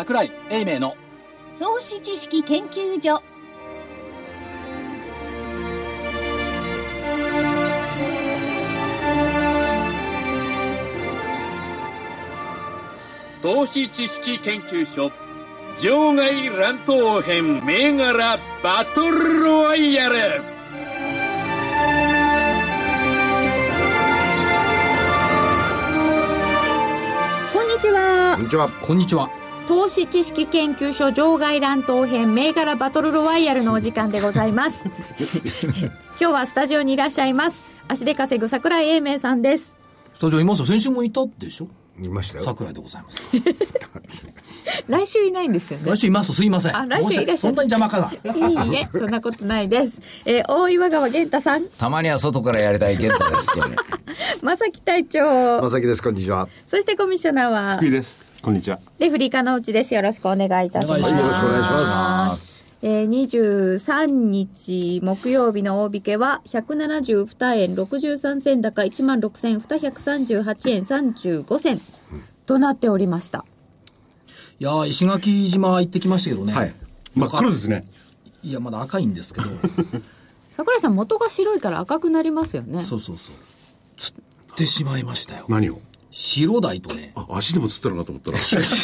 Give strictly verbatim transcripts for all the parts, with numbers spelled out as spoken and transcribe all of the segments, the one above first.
櫻井英明の投資知識研究所。 投資知識研究所場外乱闘編銘柄バトルロワイヤル。 こんにちは。 こんにちは。 こんにちは。 投資知識研究所場外乱闘編銘柄バトルロワイヤルのお時間でございます今日はスタジオにいらっしゃいます足で稼ぐ櫻井英明さんです。 スタジオいますよ。先週もいたでしょ。 いましたよ。 櫻井でございます来週いないんですよね。 来週います。すいません。 あ、来週いらっしゃる。 そんなに邪魔かな。 いいね。そんなことないです。えー、大岩川源太さん。 たまには外からやりたい源太ですけどね。 正木隊長。 正木です。こんにちは。 そしてコミッショナーは福井です。こんにちは。 レフリー加納内です。よろしくお願いいたします。 よろしくお願いします。 えー、にじゅうさんにち木曜日の大引けはひゃくななじゅうにえんろくじゅうさんせん高 いちまんろくせんにひゃくさんじゅうはちえんさんじゅうごせんとなっておりました。 いやー、石垣島行ってきましたけどね。 はい。真っ黒ですね。 いや、まだ赤いんですけど櫻井さん、元が白いから赤くなりますよね。 そうそうそう。釣ってしまいましたよ。 何を？ 白鯛とね。 あ、足でも釣ったのかと思ったら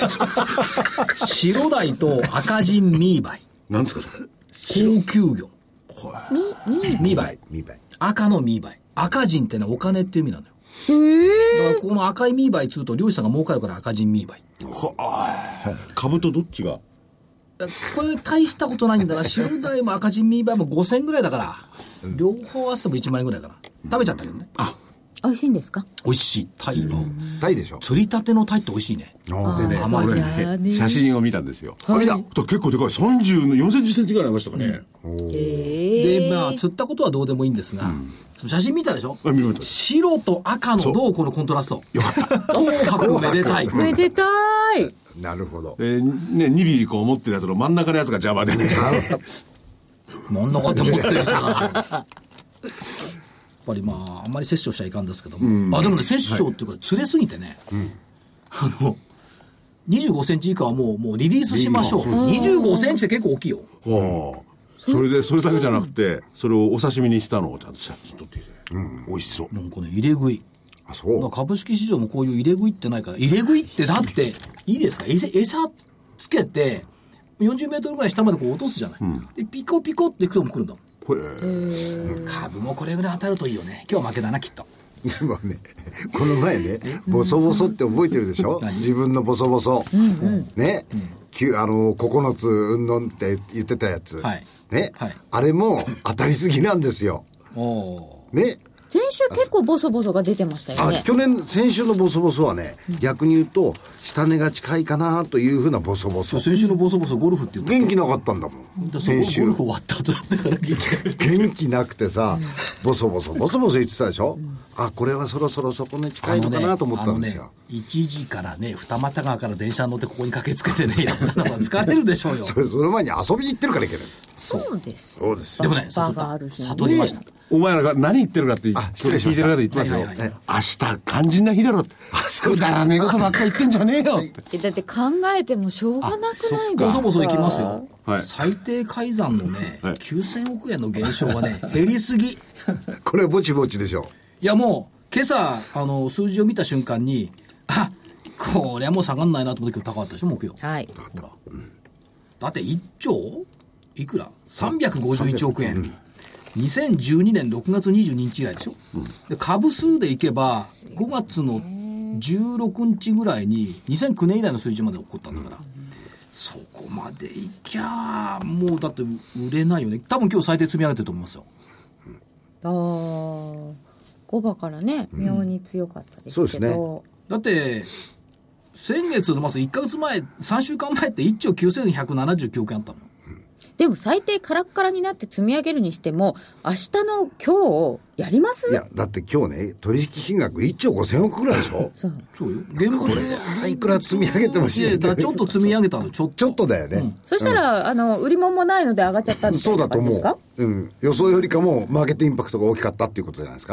白鯛と赤人ミーバイ。 何ですかそれ？ 高級魚。 ミミミーバイ。 ミーバイ。 赤のミーバイ。赤人ってのはお金っていう意味なのよ。 へー。 だからこの赤いミーバイつうと漁師さんが儲かるから赤人ミーバイ。 株とどっちが？ これ大したことないんだな。白鯛も赤人ミーバイもごせんぐらいだから、両方合わせてもいちまん円ぐらいかな。食べちゃったけどね。 あ、 美味しいんですか？ 美味しい。タイのタイでしょ。 釣りたてのタイって美味しいね。 でね、 甘い俺だね写真を見たんですよ。 はいあ、見た。結構でかい。さんじゅうのよんじゅっセンチぐらいありましたかね。 えー、 で、まあ、釣ったことはどうでもいいんですが、その写真見たでしょ。 あ、見ました。 白と赤のどうこのコントラスト。 よかった。 紅白めでたい。 めでたい。 なるほど。 えー、ね、に尾こう持ってるやつの真ん中のやつが邪魔でね。 真ん中って持ってる人だな。やっぱりまあ、あんまり殺生しちゃいかんですけども。うん、あ、でもね、殺生っていうか、釣れすぎてね、うん、あの、にじゅうごセンチ以下はもう、もうリリースしましょう。にじゅうごセンチって結構大きいよ。 はあ。それで、それだけじゃなくて、それをお刺身にしたのをちゃんと写真撮ってきて。うん、美味しそう。 なんかね、入れ食い。 あ、そう。 株式市場もこういう入れ食いってないから、入れ食いってだって、いいですか、餌、餌つけて、よんじゅうメートルぐらい下までこう落とすじゃない。うん、で、ピコピコっていくとも来るんだもん。株もこれぐらい当たるといいよね。今日は負けだな、きっと。 でもね、この前ね、ボソボソって覚えてるでしょ。自分のボソボソ。うんうん、ね、うん、あの、ここのつうんのんって言ってたやつ。はい、ね、はい、あれも当たりすぎなんですよ。おね。 先週結構ボソボソが出てましたよね。 あ、去年、先週のボソボソはね、うん、逆に言うと、下値が近いかなというふうなボソボソ。 先週のボソボソゴルフって言った元気なかったんだもん。先週。 ゴルフ終わった後だったから元気元気なくてさ、ボソボソ、ボソボソ言ってたでしょ。うん、あ、これはそろそろそこに近いのかなと思ったんですよ。 ね、いちじからね、二俣川から電車に乗ってここに駆けつけてね、やったのは疲れるでしょうよ。 それ、その前に遊びに行ってるからいけない。 そうです。 そうです。 でもね、悟った。悟りました。 お前らが何言ってるかって聞いてる方言ってますよ。はいはいはい、明日肝心な日だろって。くだらねえことばっかり言ってんじゃねえよって。 だって考えてもしょうがなくないですか。 ボソボソいきますよ。はい、最低改ざんのね、はい、きゅうせんおくえんの減少はね、減りすぎ。 これぼちぼちでしょ。 いやもう、今朝、あの、数字を見た瞬間に、あ、これはもう下がんないなと思って今日高かったでしょ、木曜。はい。ほら。うん、だっていっちょういくら ?さんびゃくごじゅういちおくえん。うん、にせんじゅうにねんろくがつにじゅうににち以来でしょ、うん、で株数でいけばごがつのじゅうろくにちぐらいににせんきゅうねん以来の水準まで起こったんだから、うん、そこまでいきゃもうだって売れないよね。多分今日最低積み上げてると思いますよ、 うん、あごばからね妙に強かったですけど、うん、 そうですね。 だって先月の末いっかげつまえさんしゅうかんまえっていっちょうきゅうせんひゃくななじゅうきゅうおくえんあったの。 でも最低カラッカラになって積み上げるにしても明日の今日やります？ いやだって今日ね取引金額いっちょうごせんおくぐらいでしょ。 そうそうよ。現物でいくら積み上げてもしない。 いやちょっと積み上げたのちょっとちょっとだよね、うん、 そしたら、うん、あの売り物もないので上がっちゃったんですか。 そうだと思う、うん、予想よりかもマーケットインパクトが大きかったっていうことじゃないですか。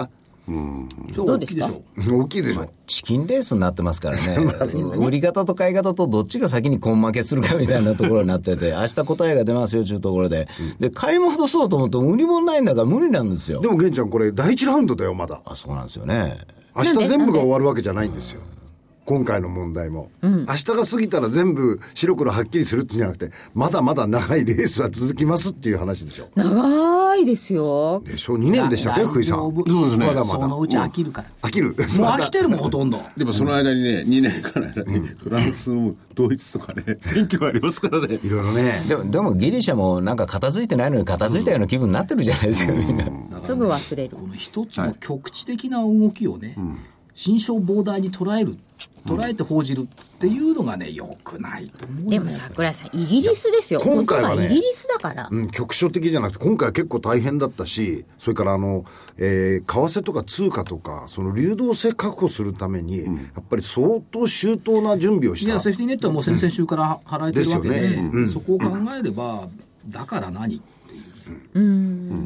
うん、そう大きいでしょ大きいでしょ、まあ、 チキンレースになってますからね売り方と買い方とどっちが先に根負けするかみたいなところになってて明日答えが出ますよというところで、うん、で買い戻そうと思っても売り物ないんだから無理なんですよ。 でも玄ちゃんこれだいいちラウンドだよまだ。 あ、そうなんですよね。 明日全部が終わるわけじゃないんですよ、今回の問題も、うん、明日が過ぎたら全部白黒はっきりするってんじゃなくてまだまだ長いレースは続きますっていう話でしょ。 長いですよ。 でしょ。にねんでしたっけ福井さん。 そうですね。まだまだそのうち飽きるから、 うん、飽きるもう飽きてるもんほとんど。 でもその間にねにねんかんの間にフランスもドイツとかね選挙がありますからねいろいろね。 でもでもギリシャもなんか片付いてないのに片付いたような気分になってるじゃないですか、うん、みんな、 うん、すぐ忘れる。 この一つの局地的な動きをね、はい、心象膨大に捉える捉えて報じるっていうのがね良くないと思う。 でも桜井さんイギリスですよ。今回はねイギリスだから、 うん、局所的じゃなくて今回は結構大変だったし、それからあの、えー、為替とか通貨とかその流動性確保するために、うん、やっぱり相当周到な準備をした。 いやセーフティーネットはもう先々週から払えてるわけ で,、うんでね、そこを考えれば、うん、だから何っていう、うん、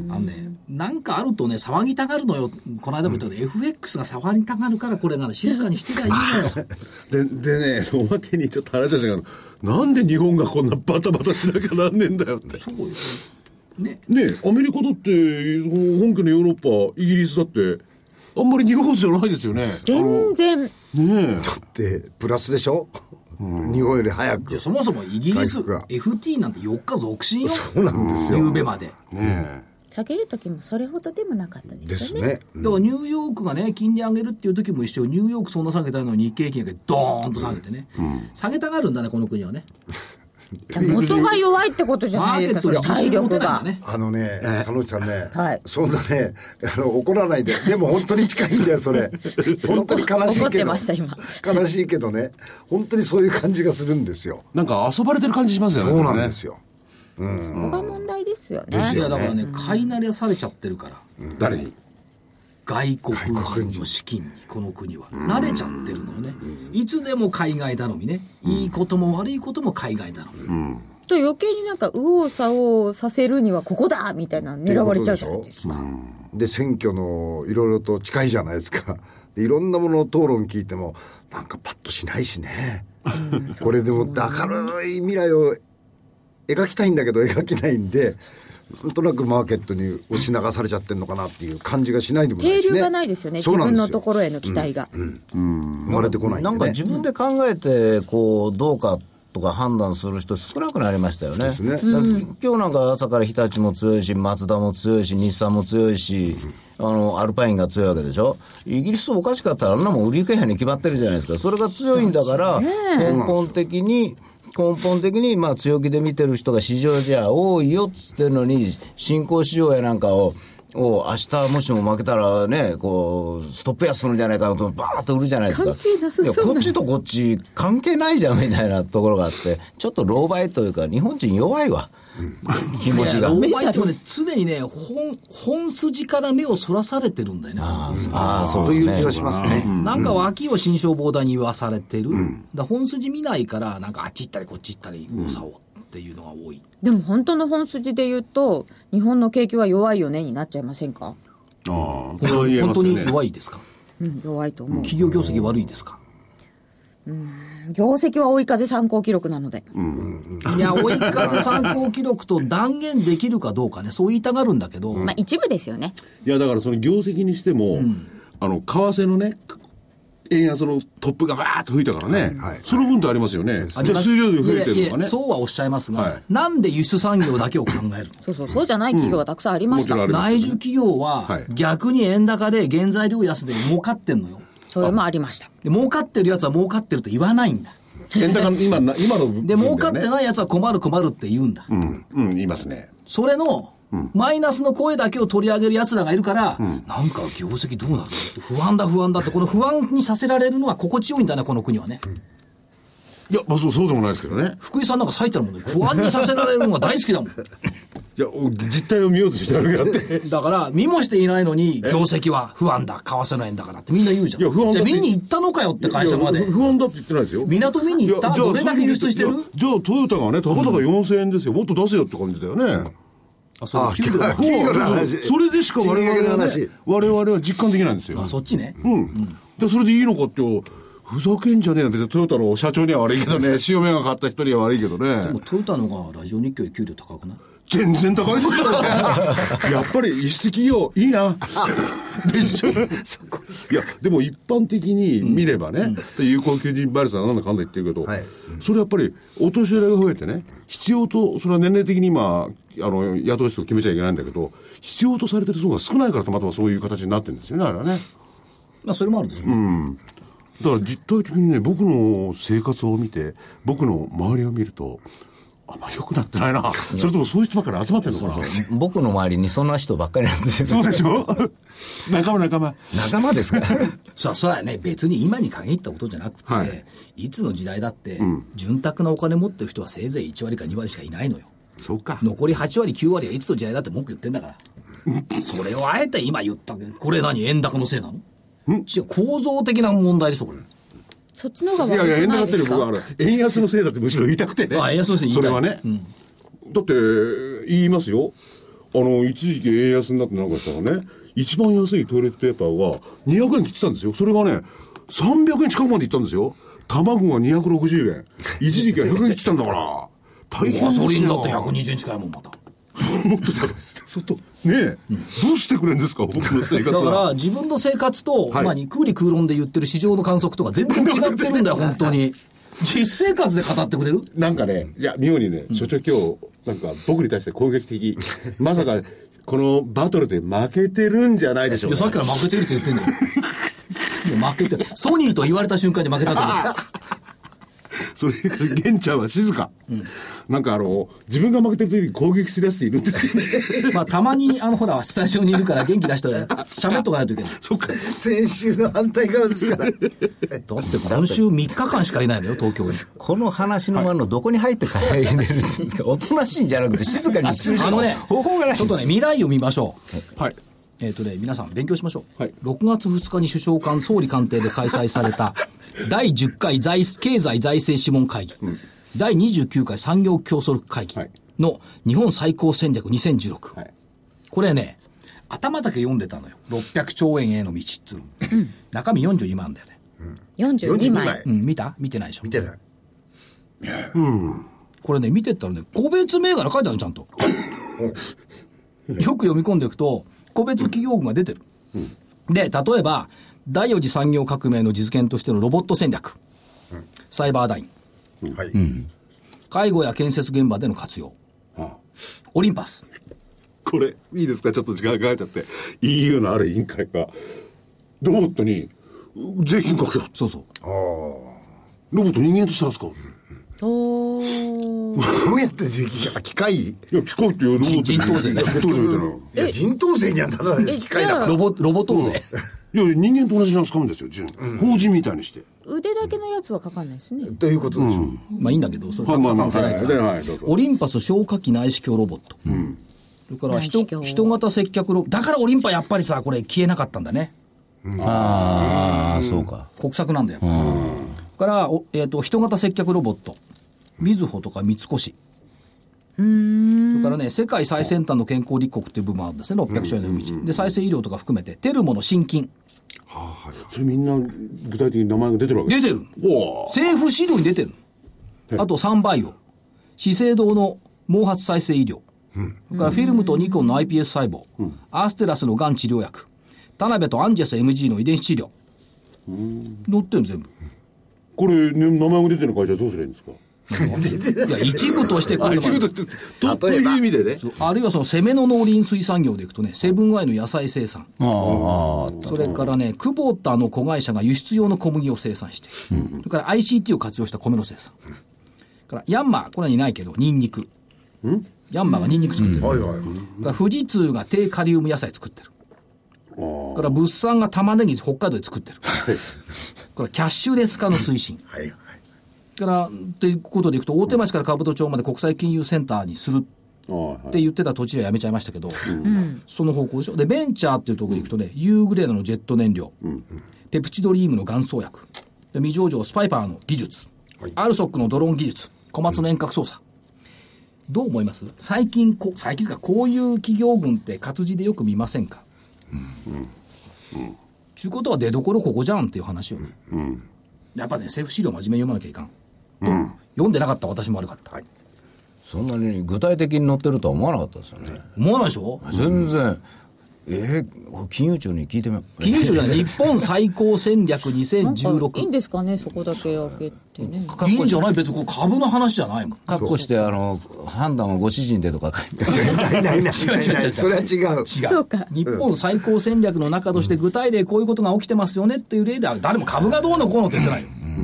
あのねなんかあるとね騒ぎたがるのよ。この間も言ったけど、うん、エフエックス が騒ぎたがるからこれがね静かにしてりゃいいのよで, でねおまけにちょっと話しましたけど、なんで日本がこんなバタバタしなきゃなんねえんだよって。そうよね。ねアメリカだって本家のヨーロッパイギリスだってあんまり日本じゃないですよね。 全然ねえだってプラスでしょ、うん、日本より早く。 そもそもイギリス エフティー なんてよっか続伸よ。 そうなんですよ。 夕べまでねえ下げる時もそれほどでもなかったですよね。 ですね、 うん、だからニューヨークがね金利上げるっていう時も一緒。ニューヨークそんな下げたいのに日経平均がドーンと下げてね、うんうん、下げたがるんだねこの国はね元が弱いってことじゃないですか。 マーケットに自信を持てないんだね。 あのね彼女さんね、 はい、 そんなねあの怒らないで。でも本当に近いんだよそれ本当に悲しいけど怒ってました今悲しいけどね本当にそういう感じがするんですよ。 なんか遊ばれてる感じしますよね。 そうなんですよ、 うん、そこが問題ですよね。 いやだからね買い慣れされちゃってるから、 うん、誰に外国人の資金にこの国は慣れちゃってるのよね。いつでも海外頼みね。いいことも悪いことも海外頼み、うん、 と余計になんか右往左往させるにはここだみたいな狙われちゃうじゃないですか。 で, で選挙のいろいろと近いじゃないですか。でいろんなものを討論聞いてもなんかパッとしないしね、うん、これでも明るい未来を描きたいんだけど描けないんでなんとなくマーケットに押し流されちゃってるのかなっていう感じがしないでもないしね。 停留がないですよね。自分のところへの期待が、 うんうん、生まれてこないんで、ね、 なんか自分で考えてこうどうかとか判断する人少なくなりましたよね。 ですね。 今日なんか朝から日立も強いしマツダも強いし日産も強いし、あのアルパインが強いわけでしょ。イギリスおかしかったらあんなもん売り気配に決まってるじゃないですか。それが強いんだから根本的に根本的にまあ強気で見てる人が市場じゃ多いよっつってるのに、新興市場やなんかをを明日もしも負けたらねこうストップ安するんじゃないかなとバーッと売るじゃないですか。 関係なさそうな。 いやこっちとこっち関係ないじゃんみたいなところがあって、ちょっと狼狽というか日本人弱いわ、うん、気持ちが。 狼狽ってもね常にね 本, 本筋から目をそらされてるんだよね。 ああそうですね。 という気がしますね。 なんか脇を心象膨大に言わされてる、うん、だ本筋見ないからなんかあっち行ったりこっち行ったり右往左往っていうのが多い、うん、 でも本当の本筋で言うと日本の景気は弱いよねになっちゃいませんか。 あ本当に本当に弱いですか、 うん、弱いと思う。 企業業績悪いですか。 うん、業績は追い風参考記録なので、 うん、いや追い風参考記録と断言できるかどうかねそう言いたがるんだけど、 うん、まあ一部ですよね。 いやだからその業績にしても、うん、あの為替のね円安のトップがバーッと吹いたからね、はいはい、その分ってありますよね。じゃあ数量で増えてるとかね。いやいやそうはおっしゃいますが、はい、なんで輸出産業だけを考えるのそうそうそうじゃない企業はたくさんありました、 うん、内需企業は逆に円高で原材料安で儲かってんのよ。 それもありました。 で儲かってるやつは儲かってると言わないんだ。 円高の今今の、ね、 で儲かってないやつは困る困るって言うんだ。 うん、うん、言いますね。 それのうん、マイナスの声だけを取り上げる奴らがいるから、うん、なんか業績どうなるのって不安だ不安だってこの不安にさせられるのは心地よいんだねこの国はね、うん、 いやまあそうそうでもないですけどね。 福井さんなんか最たるもんね不安にさせられるのが大好きだもん。いや実態を見ようとしてるわけだってだから見もしていないのに業績は不安だ為替の円だからってみんな言うじゃん。いや不安だって見に行ったのかよって会社まで。 不安だって言ってないですよ。 港見に行ったどれだけ輸出してる。 じゃあトヨタがねたかだかよんせんえんですよ、うん、もっと出せよって感じだよね、うんあ、そう、給料の話。それでしか我々は、ね、我々は実感できないんですよ。 あ、そっちね。 うん。うん、でそれでいいのかって、ふざけんじゃねえなって、トヨタの社長には悪いけどね、潮目が買った人には悪いけどね。 でもトヨタの方がラジオ日経より給料高くない？ 全然高いですよね。やっぱり輸出企業いいな。でしょ。そこ。いや、でも一般的に見ればね、うん、有効求人倍率はなんだかんだ言ってるけど、はい、それやっぱりお年寄りが増えてね、必要と、それは年齢的に今、あの、雇う人を決めちゃいけないんだけど、必要とされてる層が少ないからたまたまそういう形になってるんですよね、あれはね。 まあ、それもあるでしょうね。 うん。だから実体的にね、僕の生活を見て、僕の周りを見ると、あんま良くなってないな。それともそういう人ばっかり集まってるのかな。 僕の周りにそんな人ばっかりなんですよ。 そうでしょ。仲間仲間。 仲間ですから。 そう、それはね、別に今に限ったことじゃなくて、はい、いつの時代だって、うん、潤沢なお金持ってる人はせいぜいいち割かに割しかいないのよ。 そうか。 残りはち割きゅう割はいつの時代だって文句言ってんだから。それをあえて今言ったけど、これ何円高のせいなの？ん？違う、構造的な問題でしょ、これ。 そっちの方が悪くないですか？いやいや、円高ってる僕はあの円安のせいだってむしろ言いたくてね。 あ、円安のせい言いたい。 それはね、うん、だって言いますよ。あの一時期円安になってなんかしたらね、一番安いトイレットペーパーがにひゃくえん切ってたんですよ。それがねさんびゃくえん近くまでいったんですよ。卵がにひゃくろくじゅうえん、一時期はひゃくえん切ってたんだから大変ですよ。 ガソリンだってひゃくにじゅうえん近いもんまた。 もっとだ外ねえ、うん、どうしてくれんですか僕の生活は。 だから自分の生活と、はい、何空理空論で言ってる市場の観測とか全然違ってるんだよ本当に。実生活で語ってくれる？ なんかね、いや妙にね、所長今日なんか僕に対して攻撃的。まさかこのバトルで負けてるんじゃないでしょうか。 いやさっきから負けてるって言ってんだよ。負けてる。ソニーと言われた瞬間に負けたって言う。 それから玄ちゃんは静か、うん、なんかあの自分が負けてる時に攻撃するやつっているんですよね。 まあたまにあのほらスタジオにいるから元気出して喋っとかないといけない。 そうか、先週の反対側ですから。だって今週みっかかんしかいないのよ東京に。 この話の間のどこに入って帰れるんですか。おとなしいんじゃなくて静かにするしか方法がない。 ちょっとね未来を見ましょう。はい。 えっとね皆さん勉強しましょう。 はい、 ろくがつふつかに首相官総理官邸で開催されただいじゅっかい財経済財政諮問会議、うん、だいにじゅうきゅうかい産業競争力会議の日本最高戦略にせんじゅうろく、はい、これね頭だけ読んでたのよ。ろっぴゃくちょうえんへの道っつうの、うん、中身よんじゅうにまんだよね、 うん、よんじゅうにまい、 うん、見た見てないでしょ。 見てない、 うん、 これね見てったらね個別銘柄書いてあるちゃんとよく読み込んでいくと個別企業群が出てる、うん、で例えば第四次産業革命の実現としてのロボット戦略、うん、サイバーダイン、 うんはいうん、 介護や建設現場での活用、はあ、オリンパス。 これいいですか、ちょっと時間がかかっちゃって イーユー のある委員会がロボットに税金かけよう。 そうそう。 ああ、 ロボット人間としたんですか。 おーどうやって税金が機械？ いや機械っていうロボット人頭税ね。 人頭税みたいな。 いや人頭税にはならないです。機械だからロボロボ頭税、 うん、いや人間と同じに使うんですよ、うん、法人みたいにして腕だけのやつはかかんないですね。 ということでしょう、うん、 まあいいんだけどそれはまあまあはい、はい、 オリンパス消火器内視鏡ロボット、うん、それから 人, 人型接客ロボットだからオリンパやっぱりさこれ消えなかったんだね、 うん、ああそうか国策なんだよ。それから、えー、と人型接客ロボットみずほとか三越、うーんそれからね世界最先端の健康立国っていう部分もあるんですね。ろっぴゃくちょうえんの道で再生医療とか含めてテルモの心筋、 はあ、それみんな具体的に名前が出てるわけ。 出てる。政府資料に出てる。あとサンバイオ、資生堂の毛髪再生医療、うん、それからフィルムとニコンの アイピーエス 細胞、うん、アーステラスのがん治療薬、田辺とアンジェス エムジー の遺伝子治療、うん載ってる全部。 これ、ね、名前が出てる会社はどうすればいいんですか。 いや一部としてこれ一部としてとという意味でね。 あるいはその攻めの農林水産業でいくとねセブンアイの野菜生産、あそれからねクボタの子会社が輸出用の小麦を生産して、うん、それから アイシーティー を活用した米の生産、うん、からヤンマーこれにないけどニンニク、うん、ヤンマーがニンニク作ってる、うんはいはい、から富士通が低カリウム野菜作ってる、から物産が玉ねぎ北海道で作ってるからキャッシュレス化の推進、はいはいからということでいくと大手町から兜町まで国際金融センターにするって言ってた土地はやめちゃいましたけど、うん、その方向でしょ。でベンチャーっていうところでいくとね、うん、ユーグレナのジェット燃料、うん、ペプチドリームの元装薬で未上場スパイパーの技術、はい、アルソックのドローン技術小松の遠隔操作、 どう思います？最近こ最近ですか、こういう企業群って活字でよく見ませんか？うんうんうん、ちゅうことは出どころここじゃんっていう話を、ね、うん、やっぱね政府資料真面目に読まなきゃいかん、うん、読んでなかった私も悪かった、はい、 そんなに具体的に載ってるとは思わなかったですよね。 思わないでしょ、 全然、うん、えー、金融庁に聞いてみよう。 金融庁じゃない日本最高戦略にせんじゅうろく。 いいんですかね、そこだけ開けてね。 いいんじゃない、別にこれ株の話じゃないもん。 かっこしてあの判断はご主人でとか書いてないないない。 違う違う違う。 それは違う。違う。 そうか。 日本最高戦略の中として具体例こういうことが起きてますよねっていう例では誰も株がどうのこうのって言ってないよ。うん、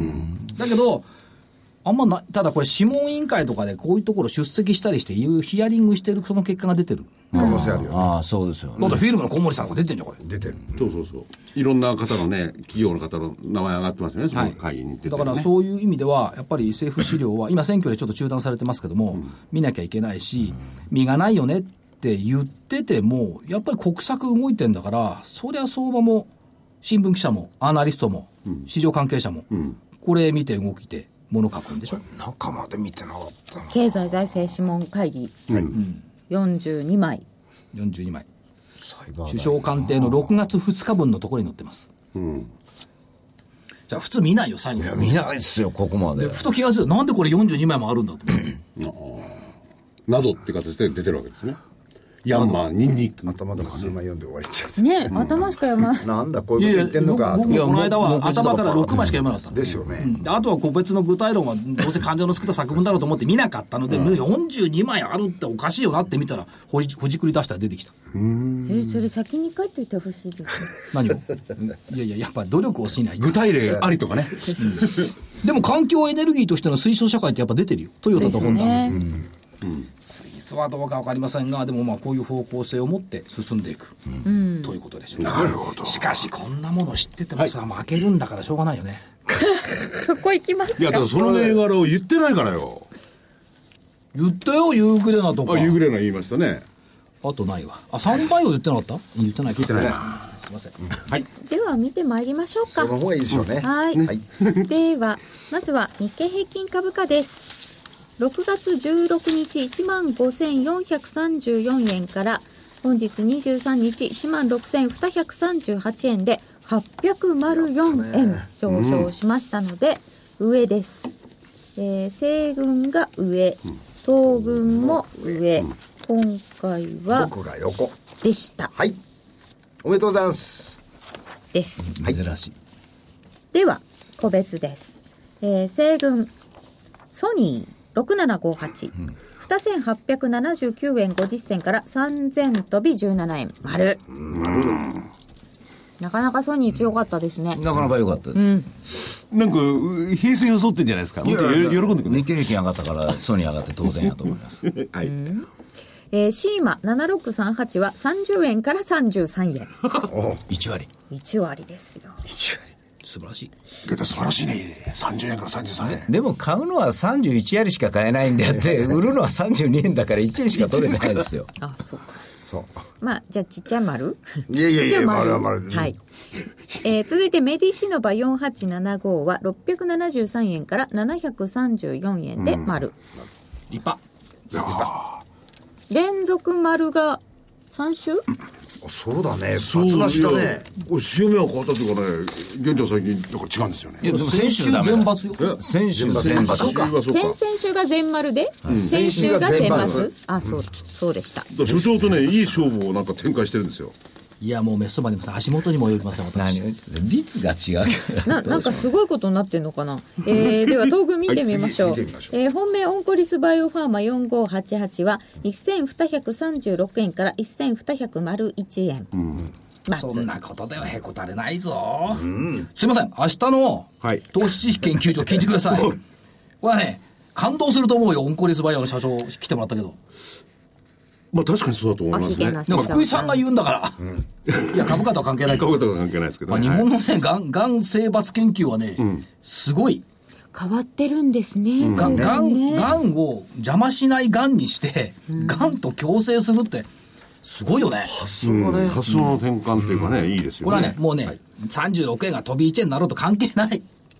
だけどあんまな、ただこれ諮問委員会とかでこういうところ出席したりしていうヒアリングしてるその結果が出てる可能性あるよね。 ああ、そうですよね。 だってフィルムの小森さんが出てるんじゃんこれ。 出てる。 そうそうそう。いろんな方のね、企業の方の名前上がってますよね、その会議に出てる、ね、 だからそういう意味ではやっぱり政府資料は今選挙でちょっと中断されてますけども、うん、見なきゃいけないし、身がないよねって言っててもやっぱり国策動いてんだから、そりゃ相場も新聞記者もアナリストも、うん、市場関係者も、うん、これ見て動きてもの書くんでしょ。 中まで見てなかったな。 経済財政諮問会議、はい、うん、よんじゅうにまいよんじゅうにまい首相官邸のろくがつふつかぶんのところに載ってます、うん、じゃあ普通見ないよ最後。 いや見ないっすよここまで。 でふと気がする、なんでこれよんじゅうにまいもあるんだとなどって形で出てるわけですね。ヤンマー、ニンニク。 頭でも数枚読んで終わりちゃう。 ね、うん、頭しか読まない。 なんだ、こういうこと言ってんのか。 いやいや、この間は頭からろくまいしか読まなかった。 ですよね、うん。 あとは個別の具体論はどうせ官僚の作った作文だろうと思って見なかったので、うん、よんじゅうにまいあるっておかしいよなって見たら、ほじ、ほじくり出したら出てきた。 うーんえ、それ先に書いておいてほしいです。 何をいやいや、やっぱり努力をしない。 具体例ありとかね。 うん、でも環境エネルギーとしての水素社会ってやっぱ出てるよ。トヨタとホンダ。うん、水素はどうか分かりませんが、でもまあこういう方向性を持って進んでいく、うん、ということでしょう。 なるほど。 しかしこんなもの知っててもさ、はい、負けるんだからしょうがないよね。 そこ行きますか。 いや、だからその銘柄を言ってないからよ。 言ったよ、ユーグレナとか。 あ、ユーグレナ言いましたね。 あとないわ。あ、さんばいを言ってなかった？言ってないか。 言ってないな。 すいません、 うん、はい。 では見てまいりましょうか。 その方がいいでしょうね。 はい、ね、はい、ではまずは日経平均株価です。ろくがつじゅうろくにち いちまんごせんよんひゃくさんじゅうよんえんから本日にじゅうさんにち いちまんろくせんにひゃくさんじゅうはちえんではっぴゃくよんえん上昇しましたので、うん、上です、えー、西軍が上、東軍も上、うん、今回は僕が横でした。 はい、おめでとうございますです。 珍しい。 では個別です、えー、西軍ソニーろくななごはち、うん、にせんはっぴゃくななじゅうきゅうえんごじゅっせんからさんぜん飛びじゅうななえん丸、丸なかなかソニー強かったですね。 なかなか良かったです、うん、 なんか平成装ってんじゃないですか。もっと喜んでくる。 日経平均上がったからソニー上がって当然やと思います、 はい、うん、 えー、シーマななろくさんはちはさんじゅうえんからさんじゅうさんえんいち割いち割ですよ。 いち割素晴らしい。 素晴らしいね。さんじゅうえんからさんじゅうさんえん。 でも買うのはさんじゅういち割しか買えないんであって売るのはさんじゅうにえんだからいちえんしか取れてないですよ。 あ、そうか。 そう。 まあじゃあちっちゃい丸。 いやいやいや、丸は丸。 はい。えー、続いてメディシノバよんはちななごはろっぴゃくななじゅうさんえんからななひゃくさんじゅうよんえんで丸。 立派。 立派。 連続丸がさん週。 そうだね、初出しだね。 潮目は変わったというかね、現在最近なんか違うんですよね。 いやでも先週全抜よ。 先週が全抜。 そうか。先々週が全丸で、うん、先週が全抜。あ、そうそうでした。 だ所長とね、いい勝負をなんか展開してるんですよ。 いやもうメッソバにもさ足元にも及びません私。 率が違うな。なんかすごいことになってんのかな。えー、では東軍見てみましょう。はい、えー、本命オンコリスバイオファーマよんごはちはちはせんにひゃくさんじゅうろくえんからせんにひゃくいちえん、うん、 そんなことではへこたれないぞ、うん、すいません明日の投資知識研究所聞いてください、はい、これはね感動すると思うよ。オンコリスバイオの社長来てもらったけど、 まあ確かにそうだと思いますね。 でも福井さんが言うんだから、うん、いや株価とは関係ない株価とは関係ないですけど、ね、 まあ、日本のねがんがん征伐研究はね、うん、すごい変わってるんですね、 うん、が, が, んがんを邪魔しないがんにして、うん、がんと共生するってすごいよね。 発想がね、うん、発想の転換っていうかね、うん、いいですよね。 これはねもうね、はい、さんじゅうろくえんが飛びいちえんになろうと関係ない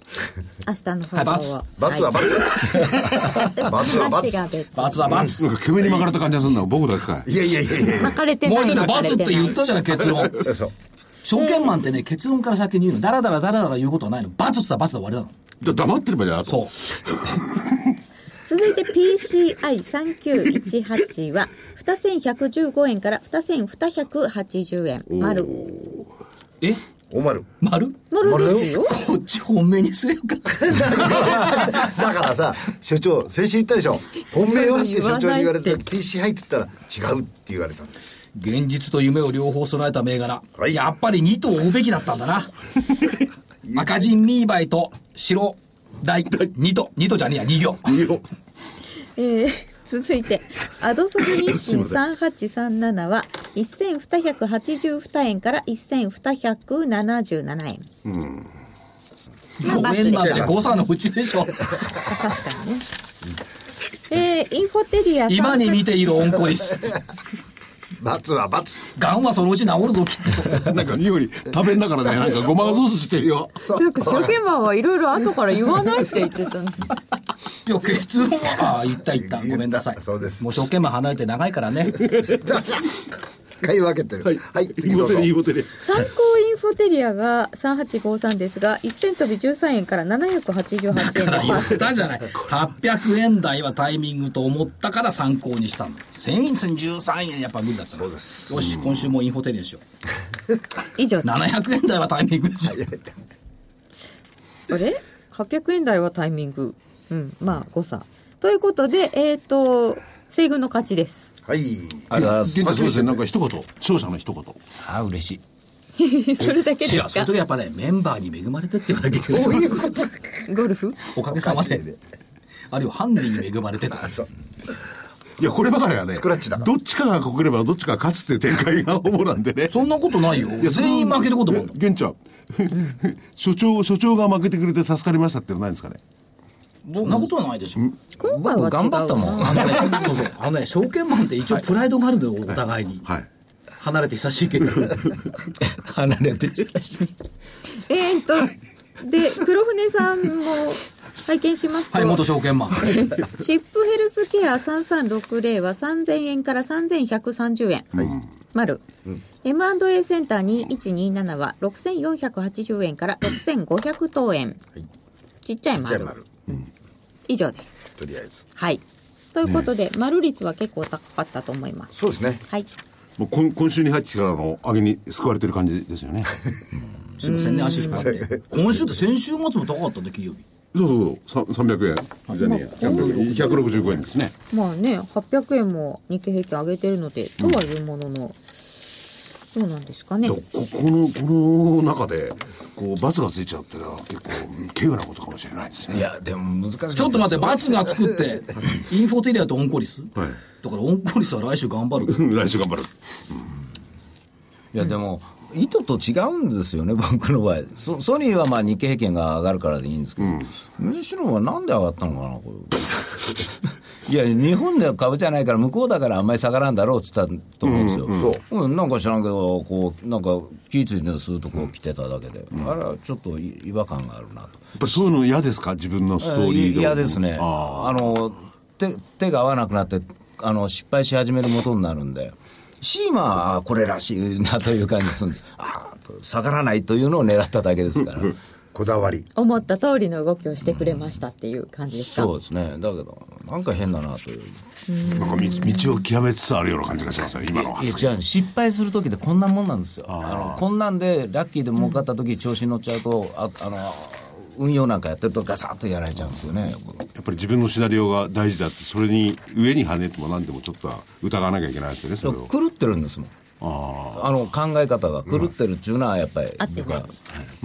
明日の放送を。 バツはバツ。バツはバツ。 バツはバツ。 なんか煙に巻かれた感じがするんだ。僕だけかい。いやいやいやいや。 巻かれてない。 もう一人バツって言ったじゃない、結論。そう。証券マンってね、結論から先に言うの。だらだらだらだら言うことはないの。バツって言ったらバツで終わりなの。 じゃ黙ってればいいや。 そう。 続いて ピーシーアイさんきゅういちはち はにせんひゃくじゅうごえんからにせんにひゃくはちじゅうえん。丸。 えお丸。 丸丸ですよ。 こっち本命にすれよか。 だからさ、所長、先週言ったでしょ。本命はって所長に言われて、ピーシーアイ って言ったら違うって言われたんです。 現実と夢を両方備えた銘柄。はい、やっぱりに頭追うべきだったんだな。赤人ミーバイと白大に頭。に頭じゃねえや、に行。に行。 えー、続いて、アドソフ日清さんはちさんななはせんにひゃくはちじゅうにえんからせんにひゃくななじゅうななえん。うん。 ごえんなんて誤差のうちでしょ。 確かにね。えー、インフォテリア今に見ているオンコリス。 バツはバツ。 ガンはそのうち治るぞきっと。 なんかにおり食べんだからね、なんかごまがソースしてるよ。 なんか証券マンはいろいろ後から言わないって言ってたの。 いや結論はああ言った言ったごめんなさい。 そうです。 もう証券マン離れて長いからね。 使い分けてる。はい、はい、次どうぞ。 参考インフォテリアがさんはちごさんですが、いっせん飛びじゅうさんえんからななひゃくはちじゅうはちえんで。 言ったじゃない。はっぴゃくえん台はタイミングと思ったから参考にしたの。せんじゅうさんえんやっぱ無理だった。 そうです。 よし、今週もインフォテリアしよう。 以上。 ななひゃくえん台はタイミングでしょ。 あれ ?はっぴゃくえん台はタイミング。うん、まあ誤差。ということで、えっ、ー、と、西軍の勝ちです。 はい。 ありがとうございます。そうですね、なんか一言、勝者の一言。 ああ、嬉しい。それだけですか。 いや、その時やっぱね、メンバーに恵まれてっていうだけですよ。 そういうこと。 ゴルフおかげさまで。あるいはハンディに恵まれてとか。そう。 いや、こればかりはね、 スクラッチだどっちかがこければどっちかが勝つっていう展開が主なんでね。 そんなことないよ。いや全員負けることもあるんだ。 玄ちゃん、所長、所長が負けてくれて助かりましたってのはないんですかね。 そんなことはないでしょ。 今回は頑張ったもん。あのね、そうそう。あのね、証券マンって一応プライドがあるのよ、お互いに。はい。離れて久しいけど。離れて久しい。 えーっと、で、黒船さんも拝見しますと。 はい、元証券マン。 シップヘルスケアさんさんろくぜろはさんぜんえんからさんぜんひゃくさんじゅうえん。はい。丸。うん、エムアンドエー センターにいちにななはろくせんよんひゃくはちじゅうえんからろくせんごひゃくとうえん。はい、ちっちゃい丸。ちっちゃい丸。うん、以上です。 とりあえず。 はい。ということで、ね、丸率は結構高かったと思います。 そうですね。 はい。 もう今今週に入ってからの上げに救われてる感じですよね。 すいませんね、足引っ張って。今週って先週末も高かったんで、金曜日。 そうそうそう、さんびゃくえん。はい、じゃねえや、ひゃくろくじゅうごえんですね。 まあね、はっぴゃくえんも日経平均上げてるので、とはいうものの、うんそうなんですかね。 ここのこの中でこう罰がついちゃうってのは結構稀有なことかもしれないですね。 いやでも難しい。ちょっと待って、罰がつくってインフォテリアとオンコリス、はい、だからオンコリスは来週頑張る。 来週頑張る。うん、 いやでも意図と違うんですよね、僕の場合。ソ, ソニーはまあ日経平均が上がるからでいいんですけど、うん、むしろはなんで上がったのかなこれ。いや日本では株じゃないから向こうだからあんまり下がらんだろうって言ったと思うんですよ、うんうん、なんか知らんけどこうなんか気ぃついてするとこう来てただけで、うん、あれはちょっと違和感があるなと。やっぱりそういうの嫌ですか、自分のストーリー。 嫌ですね。ああの 手, 手が合わなくなってあの失敗し始める元になるんで、シーマはこれらしいなという感じですんで、あ下がらないというのを狙っただけですからこだわり、 思った通りの動きをしてくれましたっていう感じですか。 うん、そうですね。だけどなんか変だなという、 うんなんか道を極めつつあるような感じがしますよ今のは。 いやじゃあ失敗する時ってこんなもんなんですよ。あのこんなんでラッキーで儲かった時、うん、調子に乗っちゃうとああの運用なんかやってるとガサッとやられちゃうんですよね。 やっぱり自分のシナリオが大事だって、それに上に跳ねても何でもちょっと疑わなきゃいけないですよね。それを狂ってるんですもん。ああの考え方が狂ってるっていうのはやっぱり僕は、うん、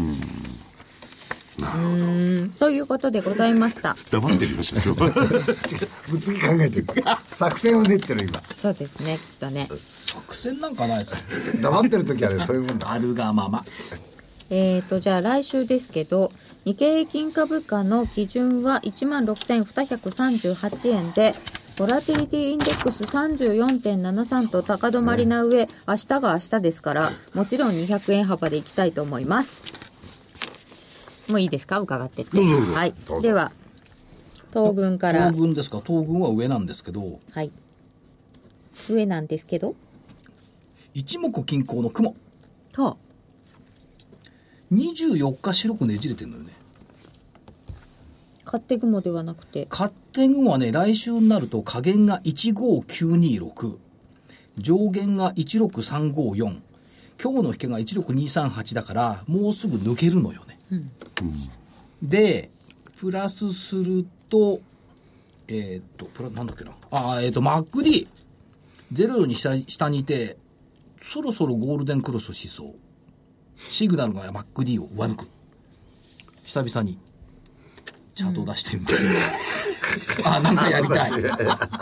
うんということでございました。 黙ってるよ所長。 次考えてる作戦を練ってる今。 そうですね、きっとね。 作戦なんかないですよ。 黙ってる時はねそういうもんだ。 あるがまま。 えーとじゃあ来週ですけど、日経平均株価の基準は いちまんろくせんにひゃくさんじゅうはちえんで、ボラティリティインデックス さんじゅうよんてんななさん と高止まりな上、明日が明日ですからもちろんにひゃくえん幅でいきたいと思います。 もういいですか、伺ってって。 どうぞどうぞ。 はい、では東軍から。 東軍ですか。東軍は上なんですけど、 はい、上なんですけど一目均衡の雲、 はあ、 にじゅうよっか白くねじれてるのよね。 勝手雲ではなくて、 勝手雲はね、来週になると下限がいちごきゅうにろく、上限がいちろくさんごよん、今日の引けがいちろくにさんはちだからもうすぐ抜けるのよね、うん、でプラスするとえー、っとプラなんだっけなあえー、っと マックディー ゼロより下, 下にいてそろそろゴールデンクロスしそう。シグナルが マックディー を上抜く。久々にチャートを出してみました、うん、あ、なんかやりたいだ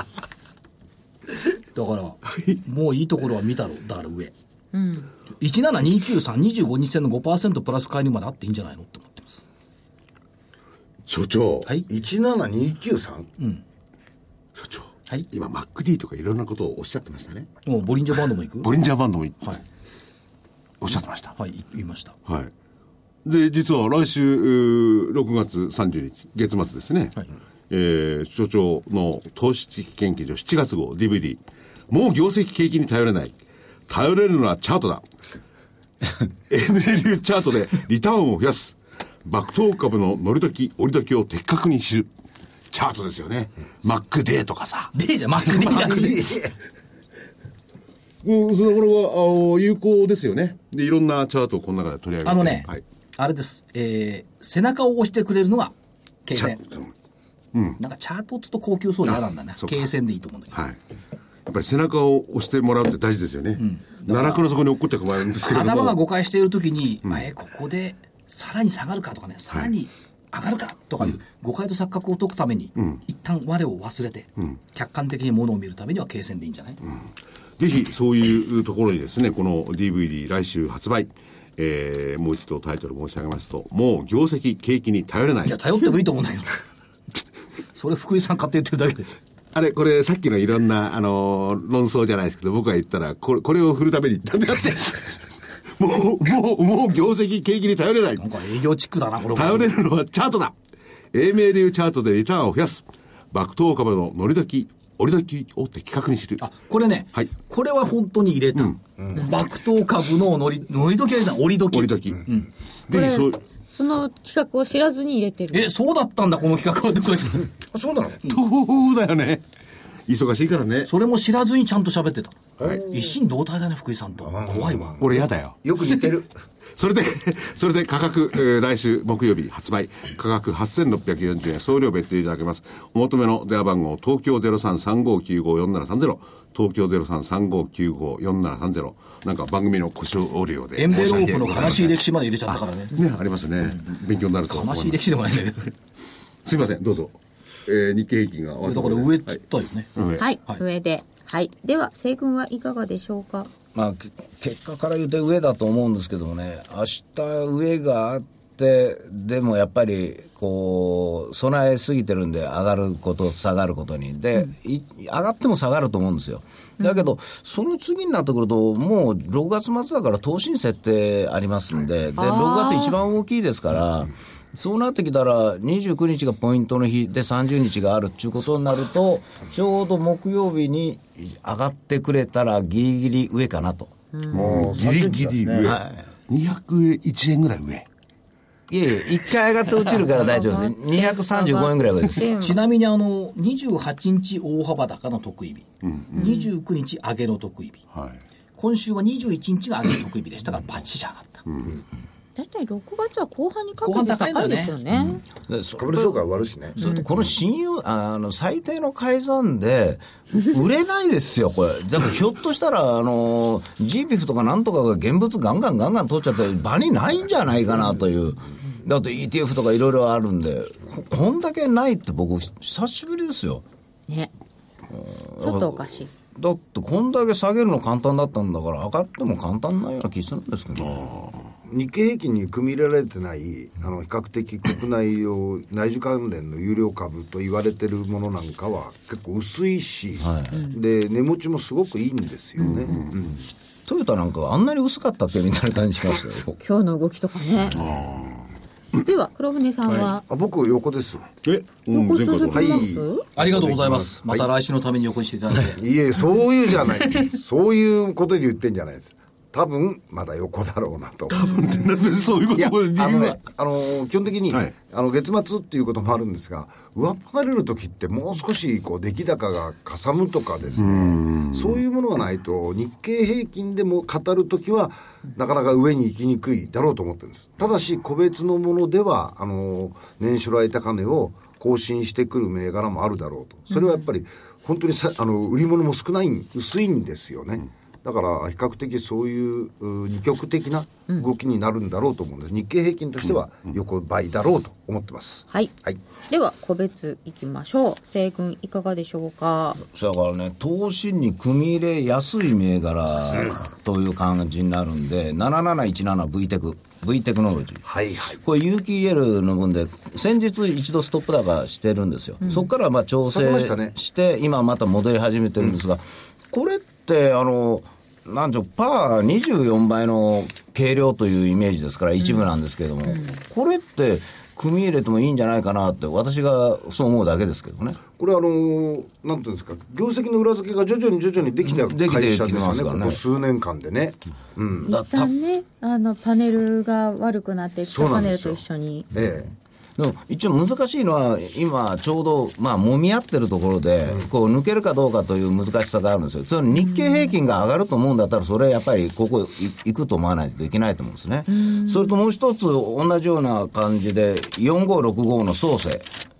からもういいところは見たろ。だから上、うん、いちななにきゅうさん、にじゅうごにち線の ごパーセント プラス介入まであっていいんじゃないのって思ってます。 所長、 はい、 いちななにきゅうさん、 うん、 所長、 はい、今 マックディー とかいろんなことをおっしゃってましたね。 もうボリンジャーバンドも行くボリンジャーバンドも行く、 はい、 おっしゃってました。 はい、言いました。 はい。で、実は来週ろくがつさんじゅうにち月末ですね、はい、えー、所長の投資知識研究所しちがつ号 ディーブイディー、もう業績景気に頼れない、頼れるのはチャートだエムエー 流チャートでリターンを増やす、爆投株の乗り時折り時を的確に知るチャートですよね、うん、マックデーとかさ、 デーじゃマックデーだうん、その頃は有効ですよね。で、いろんなチャートをこの中で取り上げて、 あのね、 はい、 あれです、えー、背中を押してくれるのは経線、うん、なんかチャートっつうと高級そうで嫌なんだね。経線でいいと思うんだけど、はい、やっぱり背中を押してもらうって大事ですよね、うん、奈落の底に落っこって困るんですけれども、 頭が誤解しているときに、うん、えー、ここでさらに下がるかとかね、さらに上がるかとかいう誤解と錯覚を解くために、うん、一旦我を忘れて、うん、客観的にものを見るためには経線でいいんじゃない、うん、 ぜひそういうところにですね、この ディーブイディー 来週発売、えー、もう一度タイトル申し上げますと、もう業績景気に頼れない。 いや、頼ってもいいと思うんだけどそれ福井さん買って言ってるだけで、 あれ、これさっきのいろんな、あのー、論争じゃないですけど、僕が言ったらこれ、これを振るために言ったんであってもう、もう、もう業績景気に頼れない。 なんか営業チックだな、これ。 頼れるのはチャートだ。英明流チャートでリターンを増やす。爆投株の乗り時、折り時を的確に知る。 あ、これね、はい、これは本当に入れた。うん、爆投株の乗り、乗り時は入れた。折り時。 折り時。うん。 で、そう、その企画を知らずに入れてる。 え、そうだったんだ、この企画は。 あ、そうなの？ そうだよね。忙しいからね。 それも知らずにちゃんと喋ってた。はい。一心同体だね、福井さんと。怖いわ。 俺嫌だよ。 よく似てる。 それで、それで価格、えー、来週木曜日発売。価格はっせんろっぴゃくよんじゅうえん、送料別途いただけます。お求めの電話番号、東京 ゼロさんさんごきゅうごよんななさんゼロ、東京 ゼロさんさんごきゅうごよんななさんゼロ、なんか番組の故障オーディオで。 エンベロープの悲しい歴史まで入れちゃったからね。 ね、ありますよね。うん、勉強になると思います。 悲しい歴史でもないんだけど。 すいません、どうぞ。えー、日経平均が終わった。 だから上っつったよね。 はい、はいはい、上で。はい。では、西軍はいかがでしょうか。 まあ、結果から言うと上だと思うんですけどもね、明日上があって、でもやっぱりこう備えすぎてるんで、上がること下がることにで、うん、上がっても下がると思うんですよ。だけど、うん、その次になってくると、もうろくがつ末だから投信設定ありますんで、でろくがつ一番大きいですから、うん、そうなってきたらにじゅうくにちがポイントの日でさんじゅうにちがあるっていうことになると、ちょうど木曜日に上がってくれたらギリギリ上かなと。 もうギリギリ上、はい、にひゃくいちえんぐらい上。 いえいえ、一回上がって落ちるから大丈夫です。にひゃくさんじゅうごえんぐらい上です。 ちなみにあのにじゅうはちにち大幅高の得意日、うんうん、にじゅうくにち上げの得意日、はい、今週はにじゅういちにちが上げの得意日でしたからバッチリ上がった、うんうん、 だいたいろくがつは後半にかけて高いですよね。 株式相場終わるしね。 それとこの信用、あの最低の改ざんで売れないですよこれ。だからひょっとしたらあの ジーピーエフ とかなんとかが現物ガンガンガンガン取っちゃって場にないんじゃないかなという。だって イーティーエフ とかいろいろあるんで こ, こんだけないって僕久しぶりですよね。ちょっとおかしい。 だってこんだけ下げるの簡単だったんだから上がっても簡単なような気するんですけど、ね、 日経平均に組み入れられてないあの比較的国内を内需関連の有料株と言われてるものなんかは結構薄いし、はい、で値持ちもすごくいいんですよね、うんうんうん、 トヨタなんかはあんなに薄かったっけみたいな感じしますよ今日の動きとかね。 あでは黒船さんは、 はい、あ僕横です。 え、うん、前回とはい、 ありがとうございます。また来週のために横にしていただいて、 はい、いえそういうじゃないですそういうことで言ってんじゃないです。多分まだ横だろうなと。 多分ってなんでそういうことも理由は、 あのね、あの基本的に、はい、あの月末っていうこともあるんですが、上っ張れる時ってもう少しこう出来高がかさむとかですね、そういうものがないと日経平均でも語る時はなかなか上に行きにくいだろうと思ってるんです。ただし個別のものではあの年初来高値を更新してくる銘柄もあるだろうと。それはやっぱり本当にさあの売り物も少ない薄いんですよね、うん、だから比較的そういう二極的な動きになるんだろうと思うんです。日経平均としては横ばいだろうと思ってます、 はい、はい、では個別いきましょう。西軍いかがでしょうか。 だからね、投信に組み入れやすい銘柄という感じになるんで、なななないちなな V テクV テクノロジー、 はいはい、 これ有機 イーエル の分で先日一度ストップ高してるんですよ、うん、そこからまあ調整して今また戻り始めてるんですが、うん、これってあのなんちょパーにじゅうよんばいの軽量というイメージですから一部なんですけども、うん、これって組み入れてもいいんじゃないかなって私がそう思うだけですけどね。 これあのー、なんていうんですか、業績の裏付けが徐々に徐々にできてる会社ですよね、ここ数年間でね、 うん、一旦ねあのパネルが悪くなって下パネルと一緒に、 ええ、でも一応難しいのは今ちょうどまあ揉み合ってるところでこう抜けるかどうかという難しさがあるんですよ。その日経平均が上がると思うんだったらそれはやっぱりここ行くと思わないといけないと思うんですね。それともう一つ同じような感じでよんごろくごの創生、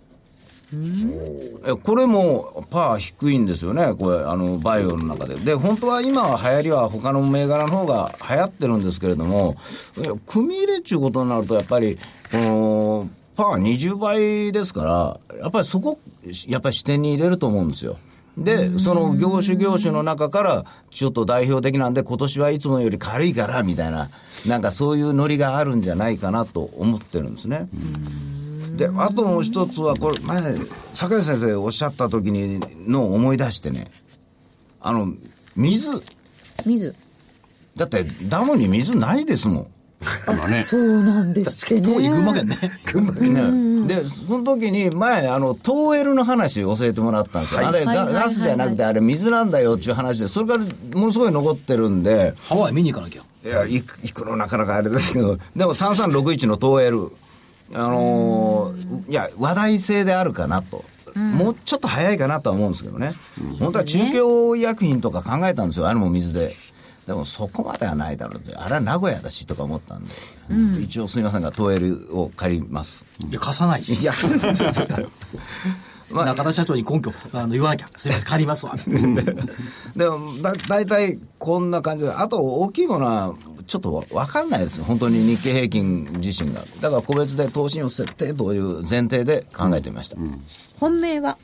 これもパー低いんですよね。これあのバイオの中でで本当は今は流行りは他の銘柄の方が流行ってるんですけれども、組み入れっていうことになるとやっぱりこのパーにじゅうばいですから、やっぱりそこやっぱり視点に入れると思うんですよ。でその業種業種の中からちょっと代表的なんで今年はいつもより軽いからみたいな、なんかそういうノリがあるんじゃないかなと思ってるんですね。であともう一つはこれ前坂井先生おっしゃった時にの思い出してね、あの水水だってダムに水ないですもん。 あね、そうなんですってね。 遠い群馬県ね。 群馬県ね。でその時に前あの東エルの話を教えてもらったんですよ、はい、あれ、はい、ガスじゃなくてあれ水なんだよっていう話で、それからものすごい残ってるんでハワイ見に行かなきゃ。 いや行く、行くのなかなかあれですけどでもさんさんろくいちの東エルあのー、いや話題性であるかなと、うん、もうちょっと早いかなとは思うんですけどね、うん、本当は中京医薬品とか考えたんですよ、あれも水で。でもそこまではないだろうって、あれは名古屋だしとか思ったんで、うん、一応すみませんが東エルを借ります。 いや貸さないし、いやまあ、中田社長に根拠あの言わなきゃ、すみません借りますわでもだだいたいこんな感じで、あと大きいものはちょっと分かんないですよ本当に日経平均自身が。だから個別で投資の設定という前提で考えてみました、うんうん、 本命は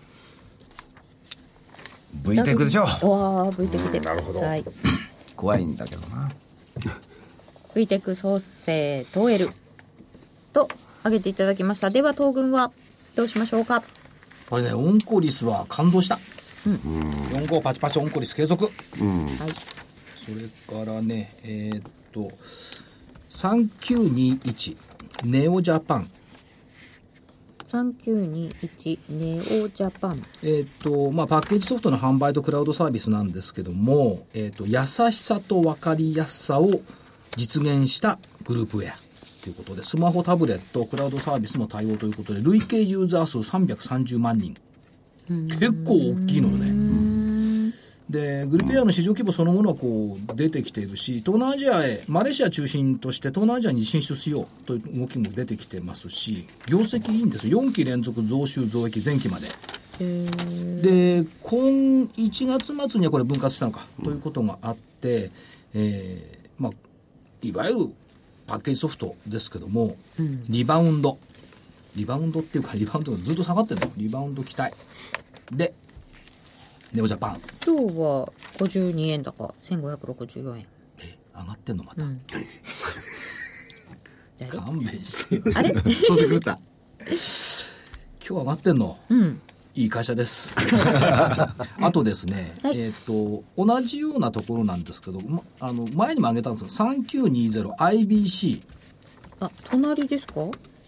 V テクでしょ。 おー V テクで、 なるほど、 はい、怖いんだけどな。 V テク創生東エルと挙げていただきました。では東軍はどうしましょうか。 これね、オンコリスは感動した、うん、よんごパチパチオンコリス継続、うん、はい、それからねえー、っとさんきゅうにいちネオジャパンさんきゅうにいちネオジャパン、 えーっとまあ、パッケージソフトの販売とクラウドサービスなんですけども、えーっと優しさと分かりやすさを実現したグループウェアということで、スマホタブレットクラウドサービスも対応ということで、累計ユーザー数さんびゃくさんじゅうまんにん、結構大きいのよね。でグループウェアの市場規模そのものはこう出てきているし、東南アジアへマレーシア中心として東南アジアに進出しようという動きも出てきてますし、業績いいんですよ。よんき連続増収増益前期までで、今いちがつ末にはこれ分割したのかということがあって、えーまあ、いわゆるパッケージソフトですけども、うん、リバウンドリバウンドっていうかリバウンドがずっと下がってるの。リバウンド期待でネオジャパン今日はごじゅうにえん高せんごひゃくろくじゅうよんえん。 え上がってんのまた、うん、勘弁してよあれそうでくった今日上がってんの、うん、いい会社ですあとですね、はい、えー、と同じようなところなんですけど、ま、あの前にも挙げたんですけど さんきゅうにゼロアイビーシーあ隣ですか。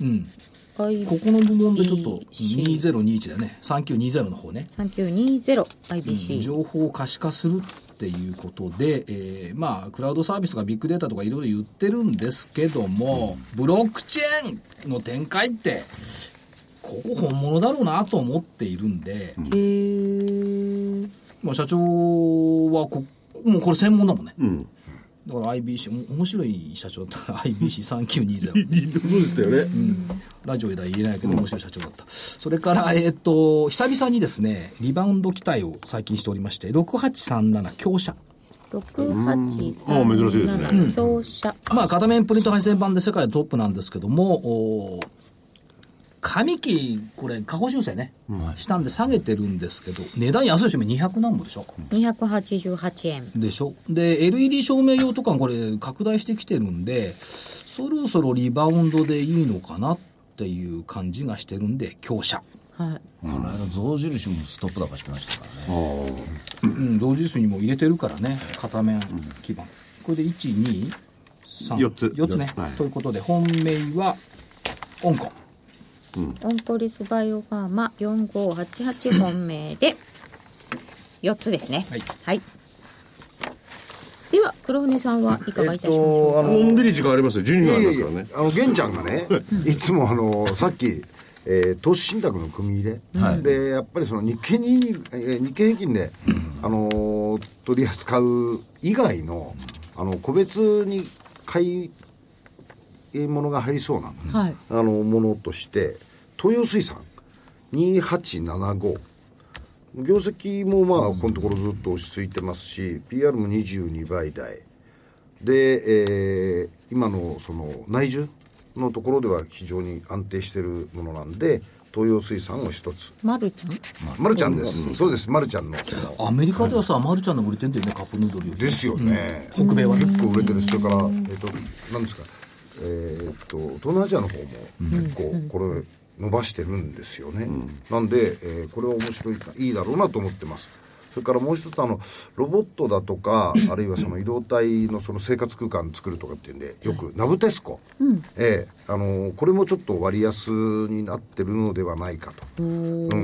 うん、ここの部門でちょっとにせんにじゅういちだよね。さんきゅうにゼロの方ね。 さんきゅうにゼロ アイビーシー、うん、 情報を可視化するっていうことで、えー、まあクラウドサービスとかビッグデータとかいろいろ言ってるんですけども、うん、ブロックチェーンの展開ってここ本物だろうなと思っているんで、 へー、 まあ、社長はこもうこれ専門だもんね、うん、だから アイビーシー 面白い社長だったら アイビーシーさんきゅうにゼロそうでしたよね、うん、 ラジオでは言えないけど面白い社長だった、うん、それからえっ、ー、と久々にですねリバウンド期待を最近しておりまして、ろくはちさんなな強者ろくはちさんなな、 珍しいですね、 強者、 まあ片面プリント配線版で世界トップなんですけども、上期これ下方修正ね、うん、したんで下げてるんですけど、値段安いでしょ、にひゃくなんぼでしょ、 にひゃくはちじゅうはちえんでしょ。で エルイーディー 照明用とかこれ拡大してきてるんで、そろそろリバウンドでいいのかなっていう感じがしてるんで強者、 はい、 この間象印もストップ高してましたからね、 うん、象印にも入れてるからね、片面基盤、これでいち、に、さん、よっつよっつね、はい、ということで本命は香港、 うん、オンポリスバイオファーマよんごはちはち本命でよっつですね、はい、はい、では黒船さんはいかがいたしましょうか。 えっと、のんびり時間ありますよ、じゅうにふんありますからね。 あの玄ちゃんがねいつもあのさっき、えー、投資信託の組み入れ、はい、でやっぱりその日経に、えー、日経平均で、うん、あのー、取り扱う以外のあの個別に買いものが入りそうな、はい、あのものとして東洋水産にはちななご、業績もまあこのところずっと落ち着いてますし、 ピーアール もにじゅうにばい台で、えー、今のその内需のところでは非常に安定しているものなんで、東洋水産を一つ。 マルちゃんマルちゃんです、うん、そうです、マルちゃんのアメリカではさ、マルちゃんの売れてんだよね、カップヌードルよりですよね、 うん、北米は、ね、 結構売れてる。それから、えー、と何ですか、えー、と東南アジアの方も結構これ伸ばしてるんですよね、うん、なんで、えー、これは面白い、いいだろうなと思ってます。それからもう一つ、あのロボットだとかあるいはその移動体のその生活空間作るとかっていうんで、よくナブテスコ、うん、えー、あのこれもちょっと割安になってるのではないかと、うん、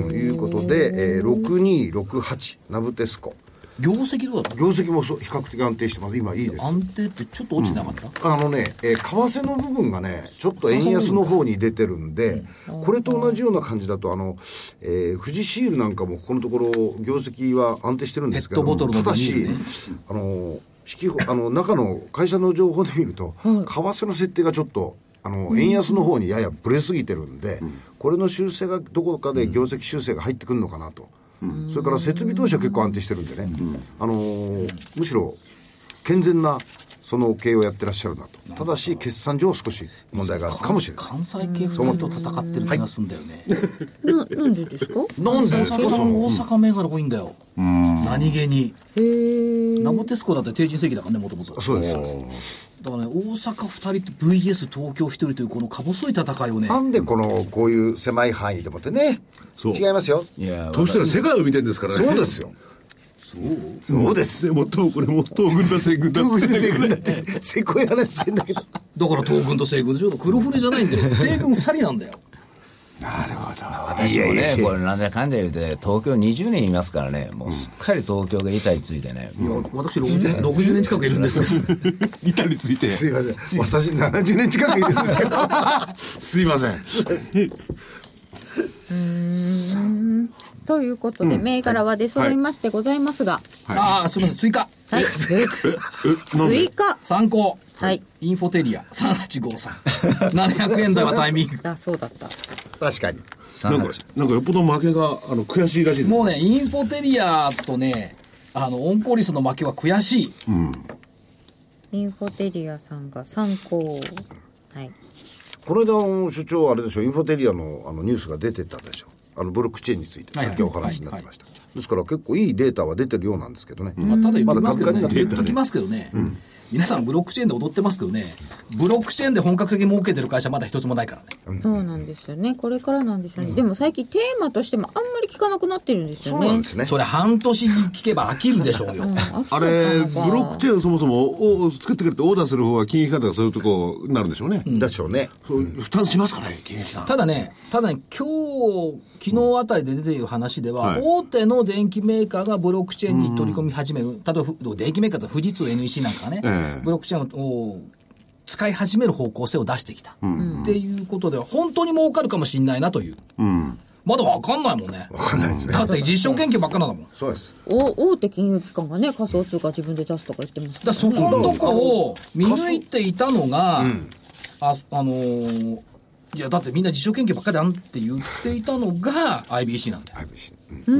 いうことで、えー、ろくにろくはちナブテスコ、 業績どうだった？ 業績も比較的安定してます。今いいです。 安定ってちょっと落ちてなかった？ うん、あのね、えー、為替の部分がねちょっと円安の方に出てるんで、うん、これと同じような感じだと、あの、えー、富士シールなんかもここのところ業績は安定してるんですけど、 ペットボトルのただし、ね、あの指揮あの中の会社の情報で見ると、はい、為替の設定がちょっとあの円安の方にややブレすぎてるんで、うん、これの修正がどこかで業績修正が入ってくるのかなと。うん、それから設備投資は結構安定してるんでね、うん、あのー、むしろ健全なその経営をやってらっしゃるなと。ただし決算上少し問題があるかもしれない。 関西系ふたりと戦ってる気がするんだよね、 はい、な, なんでですかなんでですか。 大阪銘柄多いんだよ、うん、何気に。へー、ナボテスコだって定人正規だからね、もともと。 そうです。 だからね、大阪ふたりって ブイエス 東京ひとりというこのか細い戦いをね、 なんでこのこういう狭い範囲でもってね、そう違いますよ。 いや、としたら世界を見てるんですからね。 そうですよ。 そうそうです。でもとこれも東軍だ西軍だ東軍だ西軍だってせこい話してんだけど。 だから東軍と西軍でしょ。黒船じゃないんだよ。西軍ふたりなんだよ。 なるほど。 私もね、これなんだかんだ言うて東京にじゅうねんいますからね、もうすっかり東京が板についてね、 うん、いや私ろくじゅうねん、ろくじゅうねん近くいるんですよ。 板について。 すいません、私ななじゅうねん近くいるんですけどすいません。 うーん、ということで、うん、銘柄は出揃いましてございますが、 はい、ああ、すみません、追加、 はい、追加参考、 はい、 インフォテリアさんはちごさんななひゃくえん台はタイミング。 あ、そうだった。 確かになんか、なんかよっぽど負けがあの悔しいらしい。 もうね、インフォテリアとね、あのオンコリスの負けは悔しい、うん、 インフォテリアさんが参考、はい、 この間の所長あれでしょ、インフォテリア の, あのニュースが出てたでしょ、あのブロックチェーンについて、さっきお話になってました、はいはいはいはい、ですから結構いいデータは出てるようなんですけどね、 うん、まあ、ただ言ってますけどね、言ってきますけどね、うん、 皆さんブロックチェーンで踊ってますけどね、ブロックチェーンで本格的に儲けてる会社まだ一つもないからね。 そうなんですよね。これからなんでしょうね、うん、でも最近テーマとしてもあんまり聞かなくなってるんですよね。 そうなんですね。 それ半年聞けば飽きるでしょうよ、うん、 あれブロックチェーンそもそもお作ってくれてオーダーする方は金融機関とかそういうとこになるんでしょうね、 うん、でしょうね。 そう負担しますかね金融機関。 ただねただね今日昨日あたりで出ている話では、はい、大手の電機メーカーがブロックチェーンに取り込み始める、うん、例えば電機メーカーって富士通 エヌイーシー なんかがね、えー、ブロックチェーンを使い始める方向性を出してきた、うん、っていうことでは本当に儲かるかもしれないなという、うん、まだ分かんないもんね。 分かんないですね。 だって実証研究ばっかなんだもん。 そうです。 お大手金融機関がね仮想通貨自分で出すとか言ってますから、ね、 だからそこのとこを見抜いていたのが、うん、あ, あのーいやだってみんな実証研究ばっかりだんって言っていたのが アイビーシー なんだよ。 アイビーシー、うん、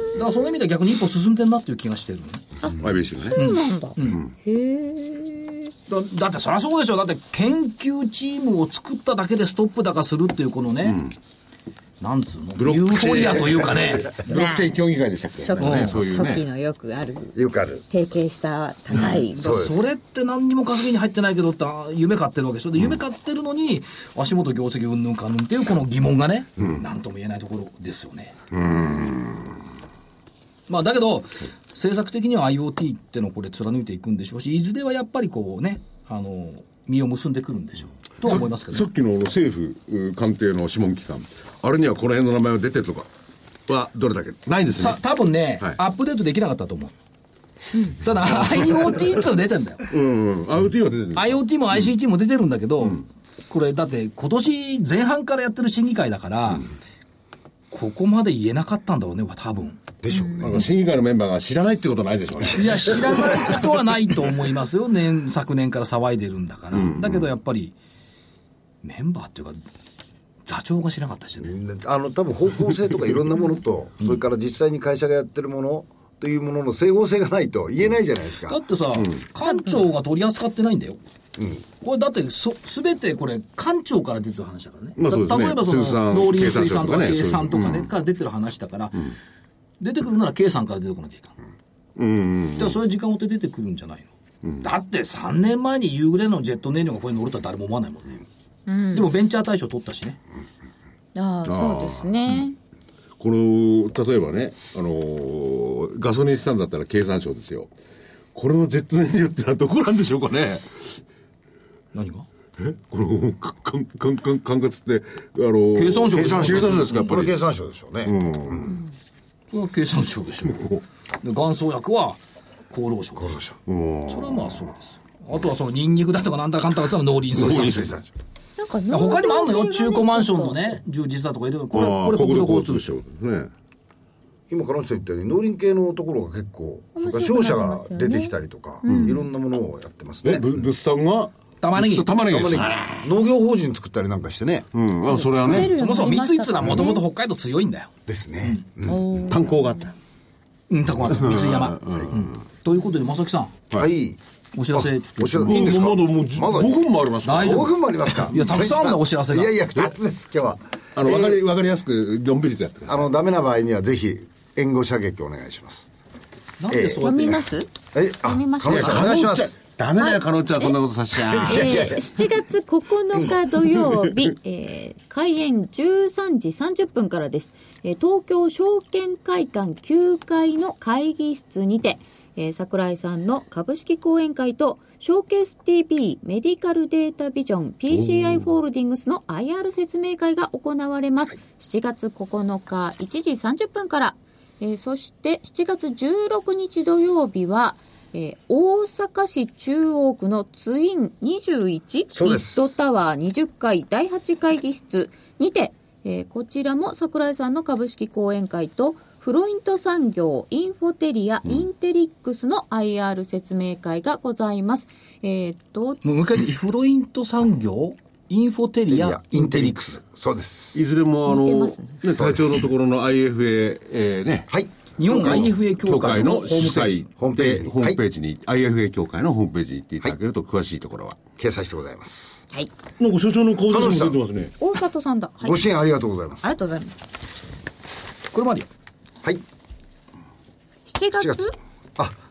だからその意味では逆に一歩進んでんなっていう気がしてるのね。 あ アイビーシー がね。 そうなんだ、 うんうん、 へえ。 だ, だってそりゃそうでしょ。だって研究チームを作っただけでストップ高するっていうこのね、うん、なんつうのユーフォリアというかねブロックチェーン協議会でしたっけ。 初期の、そういうね、初期のよくあるよくある提携した高い、 うん、だそれって何にも稼ぎに入ってないけどって夢買ってるわけでしょ。で夢買ってるのに足元業績うんぬんかんぬんっていうこの疑問がね、うん、なんとも言えないところですよね。うーんまあだけど政策的には IoT ってのをこれ貫いていくんでしょうし、いずれはやっぱりこうねあの実を結んでくるんでしょうとは思いますけど、ね、 さ, さっきの政府官邸の諮問機関あれにはこの辺の名前が出てるとかはどれだけないんですね。 多分ね、はい、アップデートできなかったと思う、うん、ただ IoT っていうのは出てんだようん、 うん、IoT は出てる IoT も アイシーティー も出てるんだけど、うん、これだって今年前半からやってる審議会だから、うん、ここまで言えなかったんだろうね多分でしょうね、 うん、なんか審議会のメンバーが知らないってことはないでしょうね。 いや知らないことはないと思いますよ年昨年から騒いでるんだから、うん、だけどやっぱりメンバーっていうか座長が知らなかったしね。 あの多分方向性とかいろんなものと、うん、それから実際に会社がやってるものというものの整合性がないと言えないじゃないですか。 だってさ、うん、官庁が取り扱ってないんだよ、うん、これだってそ全てこれ官庁から出てる話だからね、まあそうですね、例えばその農林水産とか計算とかね、うん、から出てる話だから、うん、出てくるなら計算から出てこなきゃいけない、うんうんうん、だからそれ時間を追って出てくるんじゃないの、うん、だってさんねんまえに夕暮れのジェット燃料がここに乗るとは誰も思わないもんね、うん、でもベンチャー大賞取ったしね、 うん、ああそうですね、 うん、この例えばね、あのー、ガソリンスタンドだったら経産省ですよ。これのジェット燃料ってのはどこなんでしょうかね。 何がえこのかかんかんかん管轄ってあのー、 経産省経産省ですかやっぱり。 これ経産省でしょうね、うんうん、それは経産省でしょうで元宗薬は厚労省です。それはまあそうです。あとはそのニンニクだとかなんだかんだかって農林水産省なんか他にもあるのよ。中古マンションのね充実だとかいろいろこれこれ国土交通省ですね。 今彼女言ったように農林系のところが結構それから商社が出てきたりとか、うん、いろんなものをやってますね。 え物産が玉ねぎ玉ねぎです農業法人作ったりなんかしてね、 うん、あそれはねそもそも三井っていうのはもともと北海道強いんだよですね、 うんうん、炭鉱があったうん炭鉱があった三井山、うんうん、ということで正木さんはいお知らせお知らせいいんですか。 まだもうごふんもありますか。 ごふんもありますか。 いやたくさんのお知らせが。 いやいやふたつです今日は。 あの、えー、分かり分かりやすくのんびりとやってください。 あのダメな場合にはぜひ援護射撃お願いします。 なんでそうやって、えー、読みます？ えあ読みましょう。 お願いします。 ダメだよ、カノちゃんこんなことさせちゃう。えー、しちがつここのか土曜日、えー、開演じゅうさんじさんじゅっぷんからです。えー、東京証券会館きゅうかいの会議室にて、えー、桜井さんの株式講演会とショーケース ティービー メディカルデータビジョン ピーシーアイ ホールディングスの アイアール 説明会が行われます。しちがつここのかいちじさんじゅっぷんから、えー、そしてしちがつじゅうろくにち土曜日は、えー、大阪市中央区のツインにじゅういちミッドタワーにじゅっかいだいはち会議室にて、えー、こちらも桜井さんの株式講演会とフロイント産業、インフォテリア、うん、インテリックスの アイアール 説明会がございます。えー、っと、 もう一回、フロイント産業、インフォテリア、インテリックス。 そうです。 いずれも、あの、ね、会長のところの アイエフエー、えー、ね。 はい。 日本 アイエフエー 協会のホームページ。 ホームページ。 ホームページに、はい、アイエフエー 協会のホームページに行っていただけると、詳しいところは。 掲載してございます。 はい。 なんか所長の顔写真も出てますね。 大里さんだ。 はい、ご支援ありがとうございます。 ありがとうございます。 これまで。 はい。 しちがつあ、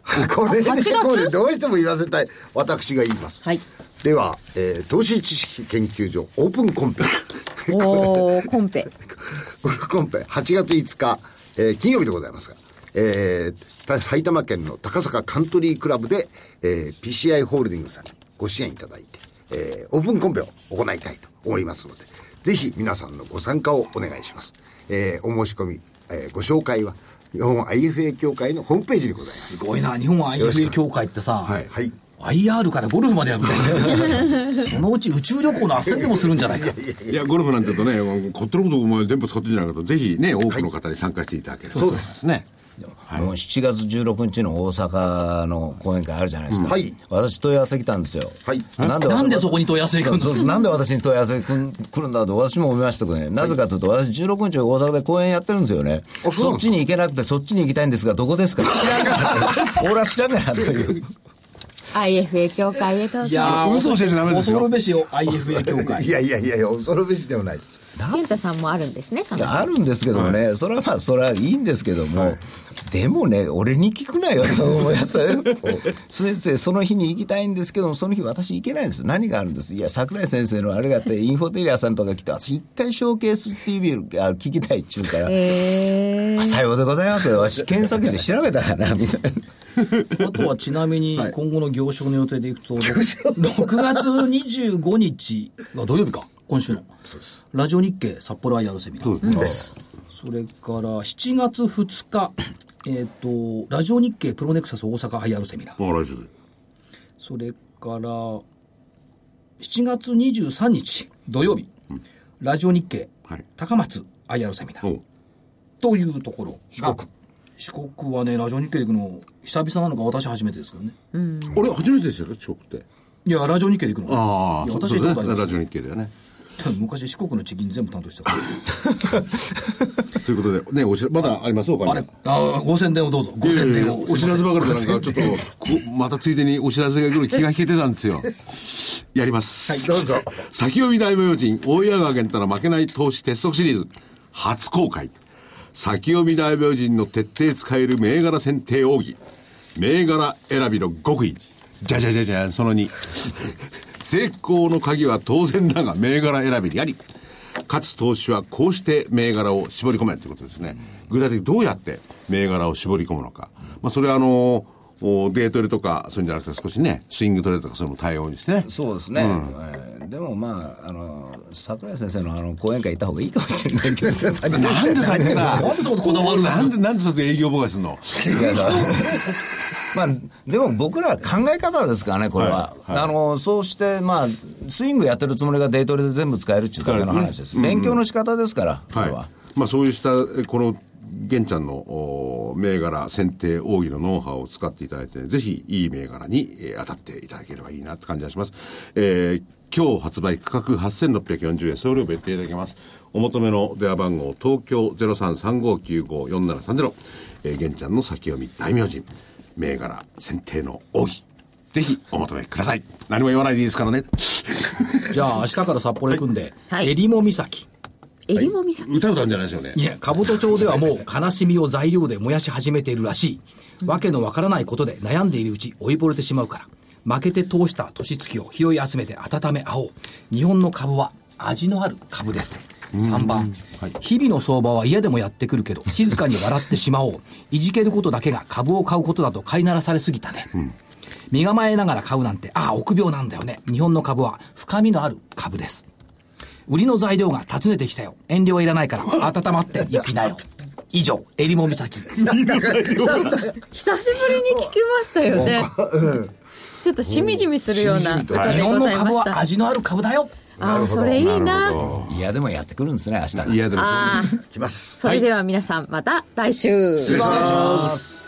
これでこれどうしても言わせたい私が言います、はい、では、えー、投資知識研究所オープンコンペおーコンペこのコンペはちがついつか、えー、金曜日でございますが、えー、埼玉県の高坂カントリークラブで、えー、ピーシーアイ ホールディングスさんにご支援いただいて、えー、オープンコンペを行いたいと思いますので、ぜひ皆さんのご参加をお願いします。えー、お申し込み、えー、ご紹介は日本 アイエフエー 協会のホームページにございます。 すごいな、日本 アイエフエー 協会ってさ、 はい、はい、 アイアール からゴルフまでやるんですよそのうち宇宙旅行の斡旋でもするんじゃないか。 いやゴルフなんて言うとね、こっちのことお前電波使ってるんじゃないかと、ぜひね多くの方に参加していただければ、はい、そうですね。 はい、もうしちがつじゅうろくにちの大阪の講演会あるじゃないですか、うん、はい、私問い合わせ来たんですよ、はい、 なんでなんでそこに問い合わせ来るのなんで私に問い合わせ来るんだと私も思いましたけどね、なぜかというと私じゅうろくにち大阪で講演やってるんですよね。そっちに行けなくてそっちに行きたいんですがどこですか知らんから俺は知らんからというアイエフエー 協会へどうぞ。 いやー嘘教えちゃダメですよ。 恐るべしよ アイエフエー 協会いやいやいやいや恐るべしでもないです。 健太さんもあるんですね。そのあるんですけどもね、はい、それはまあそれはいいんですけども、はい、でもね俺に聞くなよと思います先生その日に行きたいんですけどもその日私行けないんです。何があるんです。いや桜井先生のあれがあってインフォテリアさんとか来て私一回ショーケース ティービー あ聞きたいっちゅうから、えー、さようでございますよ私検索して調べたかなみたいなあとはちなみに今後の業種の予定でいくと、はい、ろくがつにじゅうごにちが土曜日か今週のラジオ日経札幌 アイアール セミナー、うん、それからしちがつふつか、えー、とラジオ日経プロネクサス大阪 アイアール セミナー、 あそれからしちがつにじゅうさんにち土曜日、うん、ラジオ日経、はい、高松 アイアール セミナーというところが四国四国はねラジオ日経で行くの久々なのか私初めてですけどね、 うん、俺初めてですよ四国って。 いやラジオ日経で行くのああ私は、ね、 ラジオ日経だよね。 昔四国の地銀全部担当してたということでねおしまだありますお金。 あれあご宣伝をどうぞ。ご宣伝をお知らせばかりでなんかちょっとまたついでにお知らせが来る気が引けてたんですよやります、 はい、どうぞ。 先読み大名人大岩川源太の負けない投資鉄則シリーズ初公開。先読み大名人の徹底使える銘柄選定奥義銘柄選びの極意。じゃじゃじゃじゃそのに成功の鍵は当然だが銘柄選びにあり、かつ投資はこうして銘柄を絞り込めということですね。具体的にどうやって銘柄を絞り込むのか、まあ、それはあのデートレとかそういうんじゃなくて少しねスイングトレードとかそういうのも対応にしてね。 そうですね、うんえー、でもまああの桜井先生のあの講演会行った方がいいかもしれないけどなんでさなんでそここだわるのなんでなんでそこ営業妨害するのいやだまあ、でも僕ら考え方ですからねこれは、はいはい、あのそうしてまあスイングやってるつもりがデートレで全部使えるっていうだけの話です、ね、勉強の仕方ですから、これは、 はい、まあ、そうしたこの玄ちゃんの銘柄選定奥義のノウハウを使っていただいて、ね、ぜひいい銘柄に、えー、当たっていただければいいなって感じがします、えー、今日発売価格はっせんろっぴゃくよんじゅうえん送料別途いただけます。お求めの電話番号東京 ゼロさんさんごきゅうごよんななさんゼロ、えー、玄ちゃんの先読み大名人銘柄選定の奥義ぜひお求めください。何も言わないでいいですからねじゃあ明日から札幌行くんで、はい、えりも岬えりも岬、 はい、歌歌うんじゃないですよね。 いや兜町ではもう悲しみを材料で燃やし始めているらしい、うん、わけのわからないことで悩んでいるうち追いぼれてしまうから負けて通した年月を拾い集めて温め合おう。日本の株は味のある株です。さんばん、はい、日々の相場は嫌でもやってくるけど静かに笑ってしまおう。いじけることだけが株を買うことだと飼いならされすぎたね、うん、身構えながら買うなんてああ臆病なんだよね。日本の株は深みのある株です。売りの材料が訪ねてきたよ。遠慮はいらないから温まっていきなよ。以上えりも岬久しぶりに聞きましたよね、うん、ちょっとしみじみするような歌でございました。 日本の株は味のある株だよ。 ああそれいいな。 いやでもやってくるんですね明日。 いやでもそう来ます。 それでは皆さんまた来週、 失礼します。